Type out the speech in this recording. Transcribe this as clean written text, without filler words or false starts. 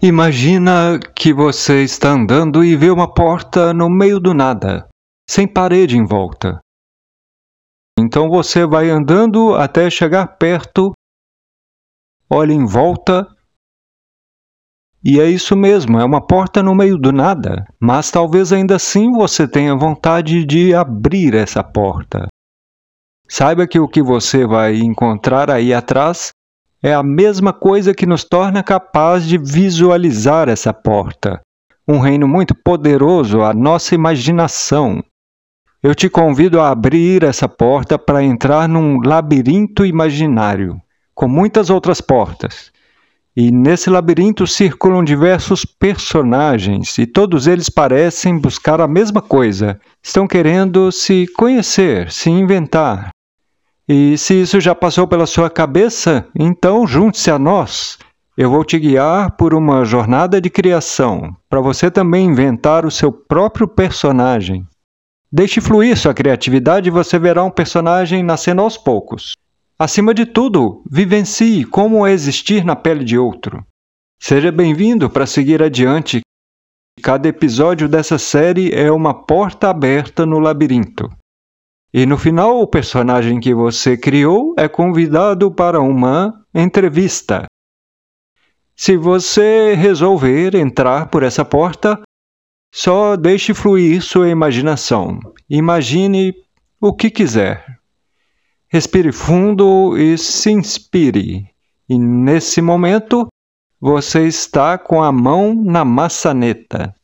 Imagina que você está andando e vê uma porta no meio do nada, sem parede em volta. Então você vai andando até chegar perto, olha em volta, e é isso mesmo, é uma porta no meio do nada. Mas talvez ainda assim você tenha vontade de abrir essa porta. Saiba que o que você vai encontrar aí atrás é a mesma coisa que nos torna capaz de visualizar essa porta. Um reino muito poderoso, a nossa imaginação. Eu te convido a abrir essa porta para entrar num labirinto imaginário, com muitas outras portas. E nesse labirinto circulam diversos personagens, e todos eles parecem buscar a mesma coisa. Estão querendo se conhecer, se inventar. E se isso já passou pela sua cabeça, então junte-se a nós. Eu vou te guiar por uma jornada de criação, para você também inventar o seu próprio personagem. Deixe fluir sua criatividade e você verá um personagem nascendo aos poucos. Acima de tudo, vivencie como é existir na pele de outro. Seja bem-vindo para seguir adiante. Cada episódio dessa série é uma porta aberta no labirinto. E no final, o personagem que você criou é convidado para uma entrevista. Se você resolver entrar por essa porta, só deixe fluir sua imaginação. Imagine o que quiser. Respire fundo e se inspire. E nesse momento, você está com a mão na maçaneta.